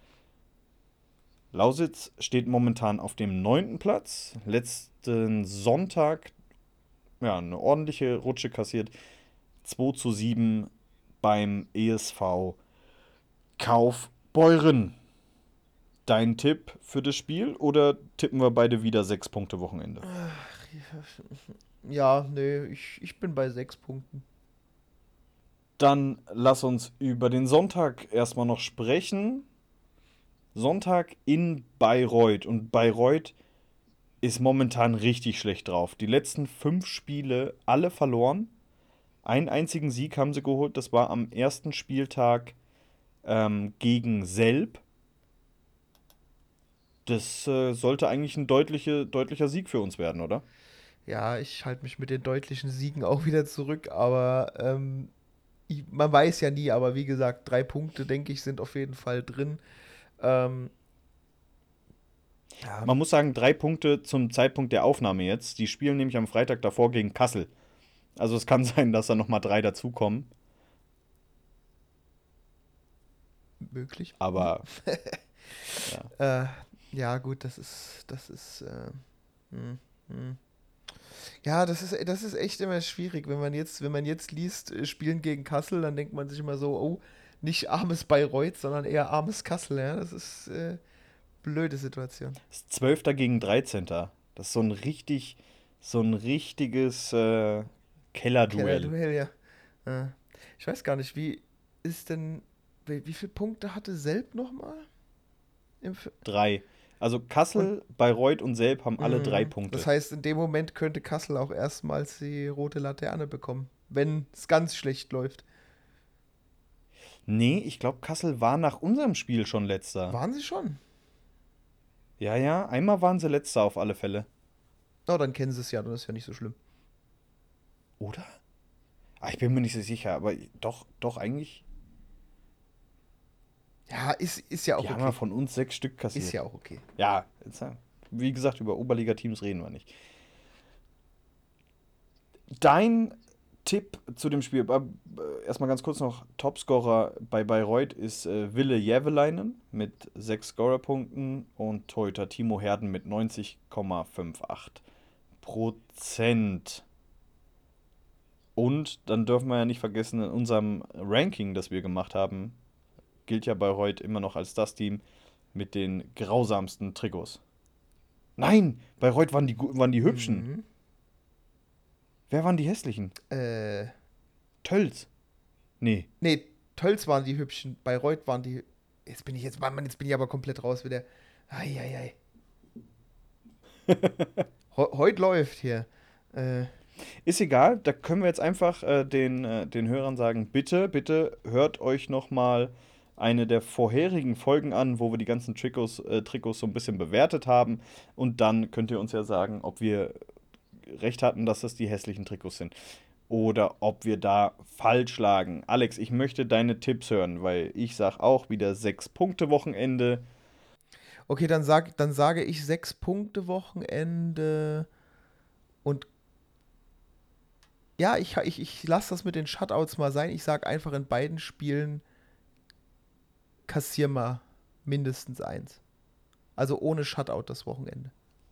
Lausitz steht momentan auf dem neunten Platz. Letzten Sonntag ja, eine ordentliche Rutsche kassiert. zwei zu sieben beim E S V Kaufbeuren. Dein Tipp für das Spiel oder tippen wir beide wieder sechs Punkte Wochenende? Ja, nee, ich, ich bin bei sechs Punkten. Dann lass uns über den Sonntag erstmal noch sprechen. Sonntag in Bayreuth. Und Bayreuth ist momentan richtig schlecht drauf. Die letzten fünf Spiele alle verloren. Einen einzigen Sieg haben sie geholt. Das war am ersten Spieltag ähm, gegen Selb. das äh, sollte eigentlich ein deutliche, deutlicher Sieg für uns werden, oder? Ja, ich halte mich mit den deutlichen Siegen auch wieder zurück, aber ähm, ich, man weiß ja nie, aber wie gesagt, drei Punkte, denke ich, sind auf jeden Fall drin. Ähm, ja, Man muss sagen, drei Punkte zum Zeitpunkt der Aufnahme jetzt. Die spielen nämlich am Freitag davor gegen Kassel. Also es kann sein, dass da nochmal drei dazukommen. möglich. Aber ja. Äh, ja, gut, das ist, das ist, äh, hm, hm. Ja, das ist, das ist echt immer schwierig. Wenn man jetzt, wenn man jetzt liest, äh, spielen gegen Kassel, dann denkt man sich immer so, oh, nicht armes Bayreuth, sondern eher armes Kassel, ja. Das ist äh, blöde Situation. Das ist Zwölfter gegen dreizehnter. Das ist so ein richtig, so ein richtiges äh, Kellerduell. Kellerduell, ja. Ja. Ich weiß gar nicht, wie ist denn, wie, wie viele Punkte hatte Selb nochmal? Im F- Drei. Also Kassel, Bayreuth und Selb haben alle Mhm. drei Punkte. Das heißt, in dem Moment könnte Kassel auch erstmals die rote Laterne bekommen, wenn es ganz schlecht läuft. Nee, ich glaube, Kassel war nach unserem Spiel schon letzter. Waren sie schon? Ja, ja, einmal waren sie letzter auf alle Fälle. Na, dann kennen sie es ja, dann ist ja nicht so schlimm. Oder? Ah, ich bin mir nicht so sicher, aber doch, doch eigentlich. Ja, ist, ist ja auch Die haben ja okay. von uns sechs Stück kassiert. Ist ja auch okay. Ja, jetzt, äh, wie gesagt, über Oberliga-Teams reden wir nicht. Dein Tipp zu dem Spiel, äh, erstmal ganz kurz noch, Topscorer bei Bayreuth ist äh, Ville Jävelainen mit sechs Scorerpunkten und Torhüter Timo Herden mit neunzig Komma achtundfünfzig Prozent. Und dann dürfen wir ja nicht vergessen, in unserem Ranking, das wir gemacht haben, gilt ja Bayreuth immer noch als das Team mit den grausamsten Trikots. Nein, Bayreuth waren die, gu- waren die hübschen. Mhm. Wer waren die hässlichen? Äh, Tölz. Nee. nee, Tölz waren die hübschen, Bayreuth waren die. Jetzt bin ich jetzt, Mann, Mann, jetzt bin ich aber komplett raus wieder. Eieiei. He heute läuft hier. Äh, Ist egal, da können wir jetzt einfach äh, den, äh, den Hörern sagen, bitte, bitte hört euch nochmal eine der vorherigen Folgen an, wo wir die ganzen Trikots, äh, Trikots so ein bisschen bewertet haben. Und dann könnt ihr uns ja sagen, ob wir recht hatten, dass das die hässlichen Trikots sind. Oder ob wir da falsch lagen. Alex, ich möchte deine Tipps hören, weil ich sag auch wieder sechs Punkte Wochenende. okay, dann, sag, dann sage ich sechs Punkte Wochenende und ja, ich, ich, ich lasse das mit den Shutouts mal sein. Ich sage einfach in beiden Spielen kassier mal mindestens eins. Also ohne Shutout das Wochenende.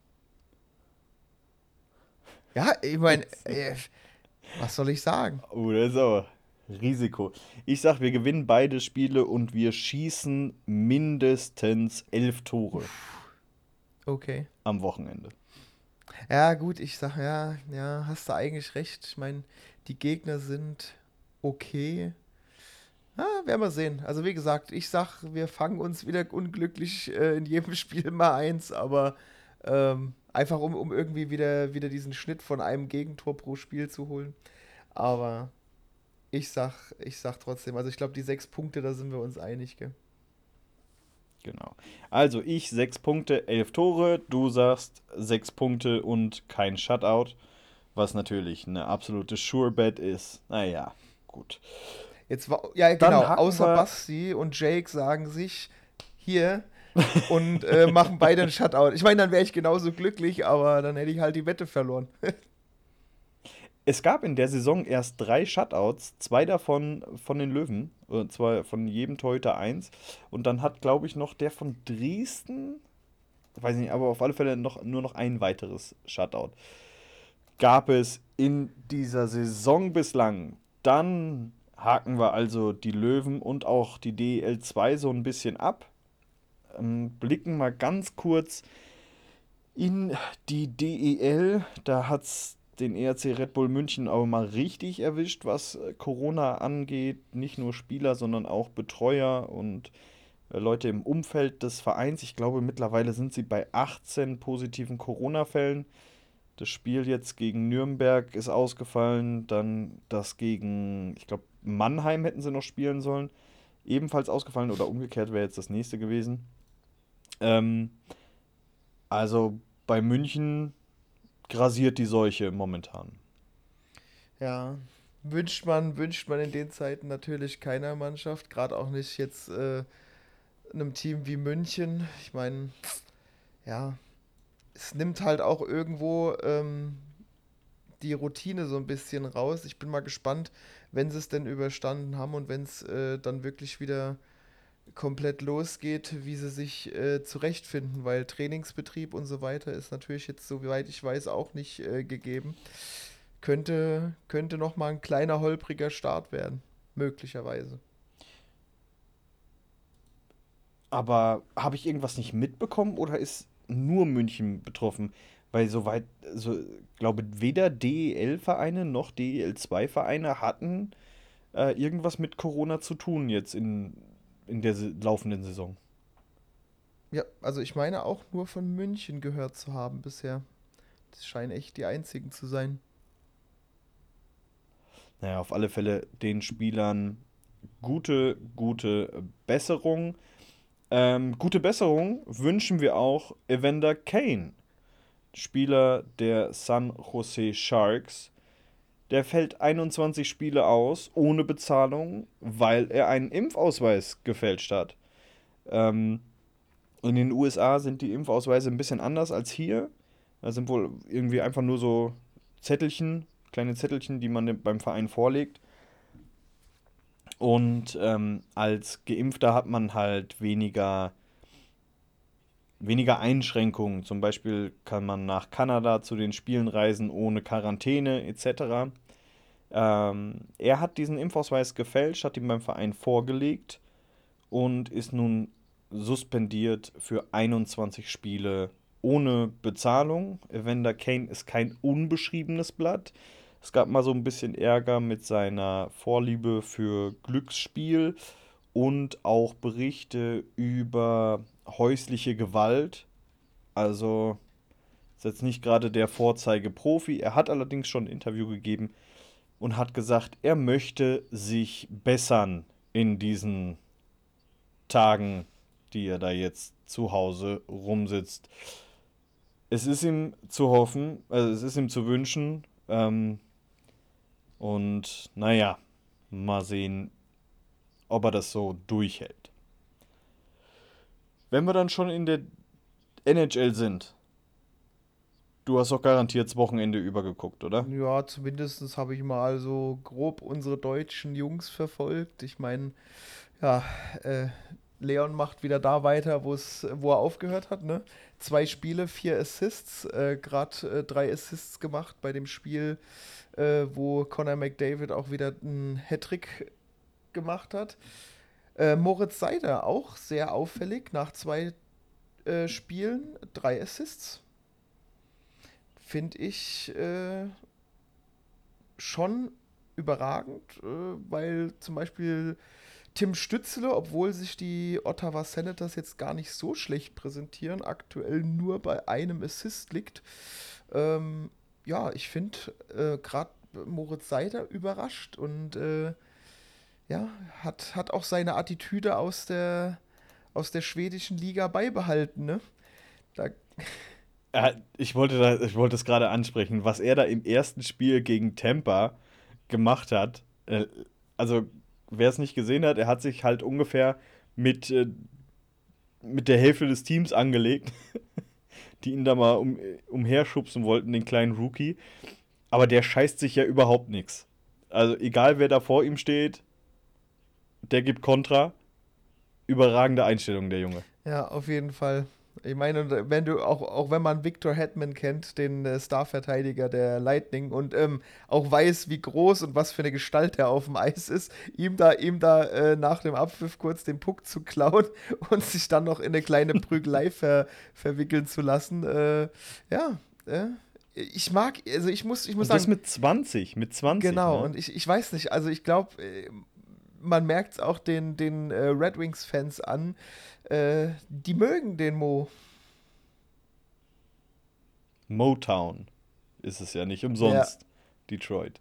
Ja, ich meine, äh, was soll ich sagen? Oh, das ist aber Risiko. Ich sag, wir gewinnen beide Spiele und wir schießen mindestens elf Tore Okay. am Wochenende. Ja, gut, ich sag, ja, ja, hast du eigentlich recht. Ich meine, die Gegner sind okay. Ja, werden wir sehen. Also wie gesagt, ich sag, wir fangen uns wieder unglücklich äh, in jedem Spiel mal eins, aber ähm, einfach um, um irgendwie wieder, wieder diesen Schnitt von einem Gegentor pro Spiel zu holen. Aber ich sag, ich sag trotzdem, also ich glaube, die sechs Punkte, da sind wir uns einig, gell? Genau. Also ich sechs Punkte, elf Tore. Du sagst sechs Punkte und kein Shutout. Was natürlich eine absolute Sure-Bet ist. Naja, gut. Jetzt war, ja, Dann genau, hatten außer wir- Basti und Jake sagen sich hier und äh, machen beide einen Shutout. Ich meine, dann wäre ich genauso glücklich, aber dann hätte ich halt die Wette verloren. Es gab in der Saison erst drei Shutouts, zwei davon von den Löwen, und zwar von jedem Torhüter eins. Und dann hat, glaube ich, noch der von Dresden, weiß nicht, aber auf alle Fälle noch, nur noch ein weiteres Shutout. Gab es in dieser Saison bislang. Dann haken wir also die Löwen und auch die D E L zwei so ein bisschen ab. Ähm, blicken mal ganz kurz in die D E L. Da hat es den E R C Red Bull München aber mal richtig erwischt, was äh, Corona angeht. Nicht nur Spieler, sondern auch Betreuer und äh, Leute im Umfeld des Vereins. Ich glaube, mittlerweile sind sie bei achtzehn positiven Corona-Fällen. Das Spiel jetzt gegen Nürnberg ist ausgefallen. Dann das gegen, ich glaube, Mannheim hätten sie noch spielen sollen. Ebenfalls ausgefallen oder umgekehrt wäre jetzt das nächste gewesen. Ähm, Also bei München grasiert die Seuche momentan. Ja, wünscht man, wünscht man in den Zeiten natürlich keiner Mannschaft, gerade auch nicht jetzt äh, einem Team wie München. Ich meine, ja, es nimmt halt auch irgendwo ähm, die Routine so ein bisschen raus. Ich bin mal gespannt, wenn sie es denn überstanden haben und wenn es äh, dann wirklich wieder komplett losgeht, wie sie sich äh, zurechtfinden, weil Trainingsbetrieb und so weiter ist natürlich jetzt, soweit ich weiß, auch nicht äh, gegeben. Könnte, könnte nochmal ein kleiner holpriger Start werden, möglicherweise. Aber habe ich irgendwas nicht mitbekommen oder ist nur München betroffen? Weil soweit, so, glaube weder D E L-Vereine noch D E L zwei Vereine hatten äh, irgendwas mit Corona zu tun jetzt in, in der se- laufenden Saison. Ja, also ich meine auch nur von München gehört zu haben bisher. Das scheinen echt die einzigen zu sein. Naja, auf alle Fälle den Spielern gute, gute Besserung. Ähm, gute Besserung wünschen wir auch Evander Kane, Spieler der San Jose Sharks. Der fällt einundzwanzig Spiele aus ohne Bezahlung, weil er einen Impfausweis gefälscht hat. Ähm, in den U S A sind die Impfausweise ein bisschen anders als hier. Da sind wohl irgendwie einfach nur so Zettelchen, kleine Zettelchen, die man beim Verein vorlegt. Und ähm, als Geimpfter hat man halt weniger, weniger Einschränkungen. Zum Beispiel kann man nach Kanada zu den Spielen reisen ohne Quarantäne et cetera. Ähm, er hat diesen Impfausweis gefälscht, hat ihn beim Verein vorgelegt und ist nun suspendiert für einundzwanzig Spiele ohne Bezahlung. Evander Kane ist kein unbeschriebenes Blatt. Es gab mal so ein bisschen Ärger mit seiner Vorliebe für Glücksspiel und auch Berichte über häusliche Gewalt. Also ist jetzt nicht gerade der Vorzeige-Profi. Er hat allerdings schon ein Interview gegeben und hat gesagt, er möchte sich bessern in diesen Tagen, die er da jetzt zu Hause rumsitzt. Es ist ihm zu hoffen, also es ist ihm zu wünschen. Ähm, und naja, mal sehen, ob er das so durchhält. Wenn wir dann schon in der N H L sind, du hast doch garantiert das Wochenende übergeguckt, oder? Ja, zumindest habe ich mal so grob unsere deutschen Jungs verfolgt. Ich meine, ja, äh, Leon macht wieder da weiter, wo es, wo er aufgehört hat, ne? Zwei Spiele, vier Assists, äh, gerade äh, drei Assists gemacht bei dem Spiel, äh, wo Conor McDavid auch wieder einen Hattrick gemacht hat. Äh, Moritz Seider auch sehr auffällig nach zwei äh, Spielen, drei Assists. Finde ich äh, schon überragend, äh, weil zum Beispiel Tim Stützle, obwohl sich die Ottawa Senators jetzt gar nicht so schlecht präsentieren, aktuell nur bei einem Assist liegt. Ähm, ja, ich finde äh, gerade Moritz Seider überrascht und äh, ja, hat, hat auch seine Attitüde aus der, aus der schwedischen Liga beibehalten, ne? Da, Äh, ich wollte da, ich wollte es gerade ansprechen, was er da im ersten Spiel gegen Tampa gemacht hat. Äh, also, wer es nicht gesehen hat, er hat sich halt ungefähr mit, äh, mit der Hälfte des Teams angelegt, die ihn da mal um, umherschubsen wollten, den kleinen Rookie. Aber der scheißt sich ja überhaupt nichts. Also, egal wer da vor ihm steht, der gibt Kontra. Überragende Einstellung, der Junge. ja, auf jeden Fall. Ich meine, wenn du auch, auch wenn man Victor Hedman kennt, den äh, Starverteidiger der Lightning und ähm, auch weiß, wie groß und was für eine Gestalt er auf dem Eis ist, ihm da, ihm da äh, nach dem Abpfiff kurz den Puck zu klauen und sich dann noch in eine kleine Prügelei ver, verwickeln zu lassen, äh, ja, äh, ich mag, also ich muss, ich muss Und das sagen, mit zwanzig, mit zwanzig, genau, ne? und ich, ich weiß nicht, also ich glaube, man merkt es auch den, den äh, Red Wings-Fans an, äh, die mögen den Mo. Motown ist es ja nicht Ja, umsonst, Detroit.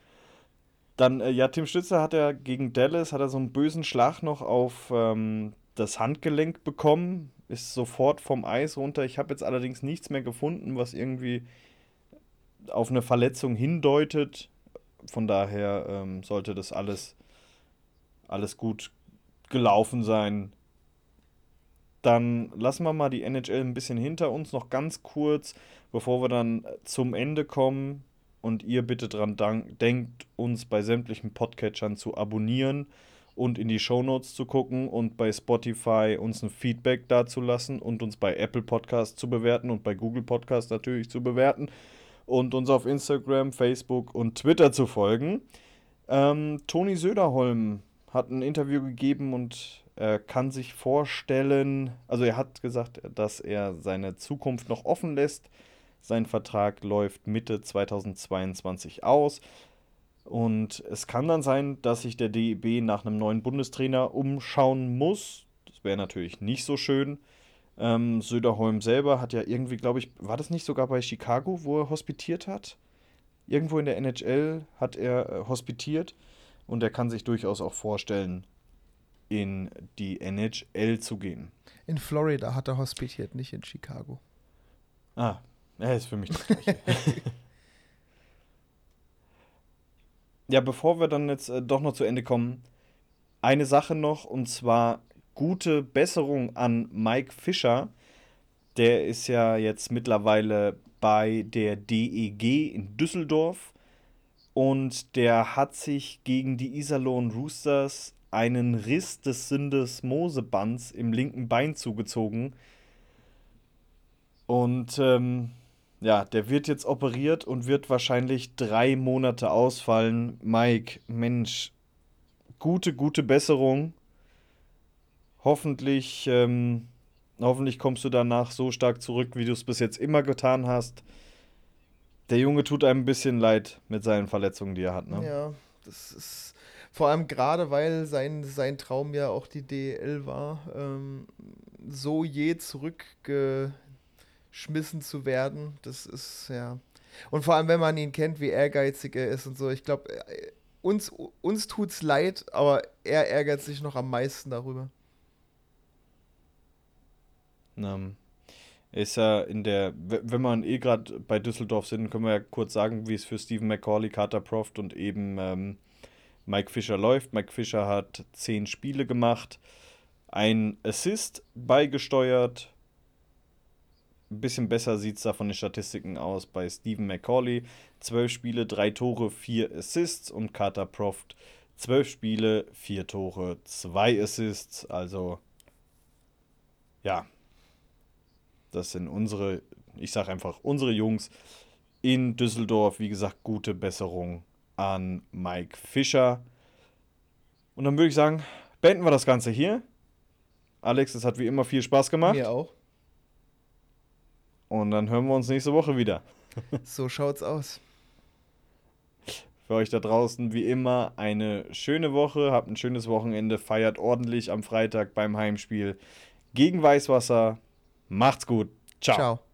Dann, äh, ja, Tim Stützle hat er gegen Dallas, hat er so einen bösen Schlag noch auf ähm, das Handgelenk bekommen, ist sofort vom Eis runter. Ich habe jetzt allerdings nichts mehr gefunden, was irgendwie auf eine Verletzung hindeutet. Von daher ähm, sollte das alles, alles gut gelaufen sein. Dann lassen wir mal die N H L ein bisschen hinter uns, noch ganz kurz, bevor wir dann zum Ende kommen. Und ihr bitte dran dank, denkt, uns bei sämtlichen Podcatchern zu abonnieren und in die Shownotes zu gucken und bei Spotify uns ein Feedback dazulassen und uns bei Apple Podcast zu bewerten und bei Google Podcast natürlich zu bewerten und uns auf Instagram, Facebook und Twitter zu folgen. Ähm, Toni Söderholm hat ein Interview gegeben und er kann sich vorstellen, also er hat gesagt, dass er seine Zukunft noch offen lässt. Sein Vertrag läuft Mitte zweitausendzweiundzwanzig aus. Und es kann dann sein, dass sich der D E B nach einem neuen Bundestrainer umschauen muss. Das wäre natürlich nicht so schön. Ähm, Söderholm selber hat ja irgendwie, glaube ich, war das nicht sogar bei Chicago, wo er hospitiert hat? Irgendwo in der N H L hat er äh, hospitiert. Und er kann sich durchaus auch vorstellen, in die N H L zu gehen. In Florida hat er hospitiert, nicht in Chicago. Ah, ja, ist für mich das Gleiche. Ja, bevor wir dann jetzt äh, doch noch zu Ende kommen, eine Sache noch, und zwar gute Besserung an Mike Fischer. Der ist ja jetzt mittlerweile bei der D E G in Düsseldorf und der hat sich gegen die Iserlohn Roosters einen Riss des Syndesmosebands im linken Bein zugezogen. Und ähm, ja, der wird jetzt operiert und wird wahrscheinlich drei Monate ausfallen. Mike, Mensch, gute, gute Besserung. Hoffentlich, ähm, hoffentlich kommst du danach so stark zurück, wie du es bis jetzt immer getan hast. Der Junge tut einem ein bisschen leid mit seinen Verletzungen, die er hat, ne? Ja, das ist vor allem gerade, weil sein, sein Traum ja auch die D E L war, ähm, so je zurückge schmissen zu werden, das ist, ja. Und vor allem, wenn man ihn kennt, wie ehrgeizig er ist und so, ich glaube, uns, uns tut's leid, aber er ärgert sich noch am meisten darüber. Ähm, ist ja in der, wenn wir eh gerade bei Düsseldorf sind, können wir ja kurz sagen, wie es für Stephen McCauley, Carter Proft und eben ähm, Mike Fischer läuft. Mike Fischer hat zehn Spiele gemacht, ein Assist beigesteuert. Ein bisschen besser sieht es da von den Statistiken aus bei Stephen McCauley. Zwölf Spiele, drei Tore, vier Assists und Carter Proft. Zwölf Spiele, vier Tore, zwei Assists. Also, ja, das sind unsere, ich sage einfach, unsere Jungs in Düsseldorf. Wie gesagt, gute Besserung an Mike Fischer. Und dann würde ich sagen, beenden wir das Ganze hier. Alex, es hat wie immer viel Spaß gemacht. Mir auch. Und dann hören wir uns nächste Woche wieder. So schaut's aus. Für euch da draußen wie immer eine schöne Woche. Habt ein schönes Wochenende. Feiert ordentlich am Freitag beim Heimspiel gegen Weißwasser. Macht's gut. Ciao. Ciao.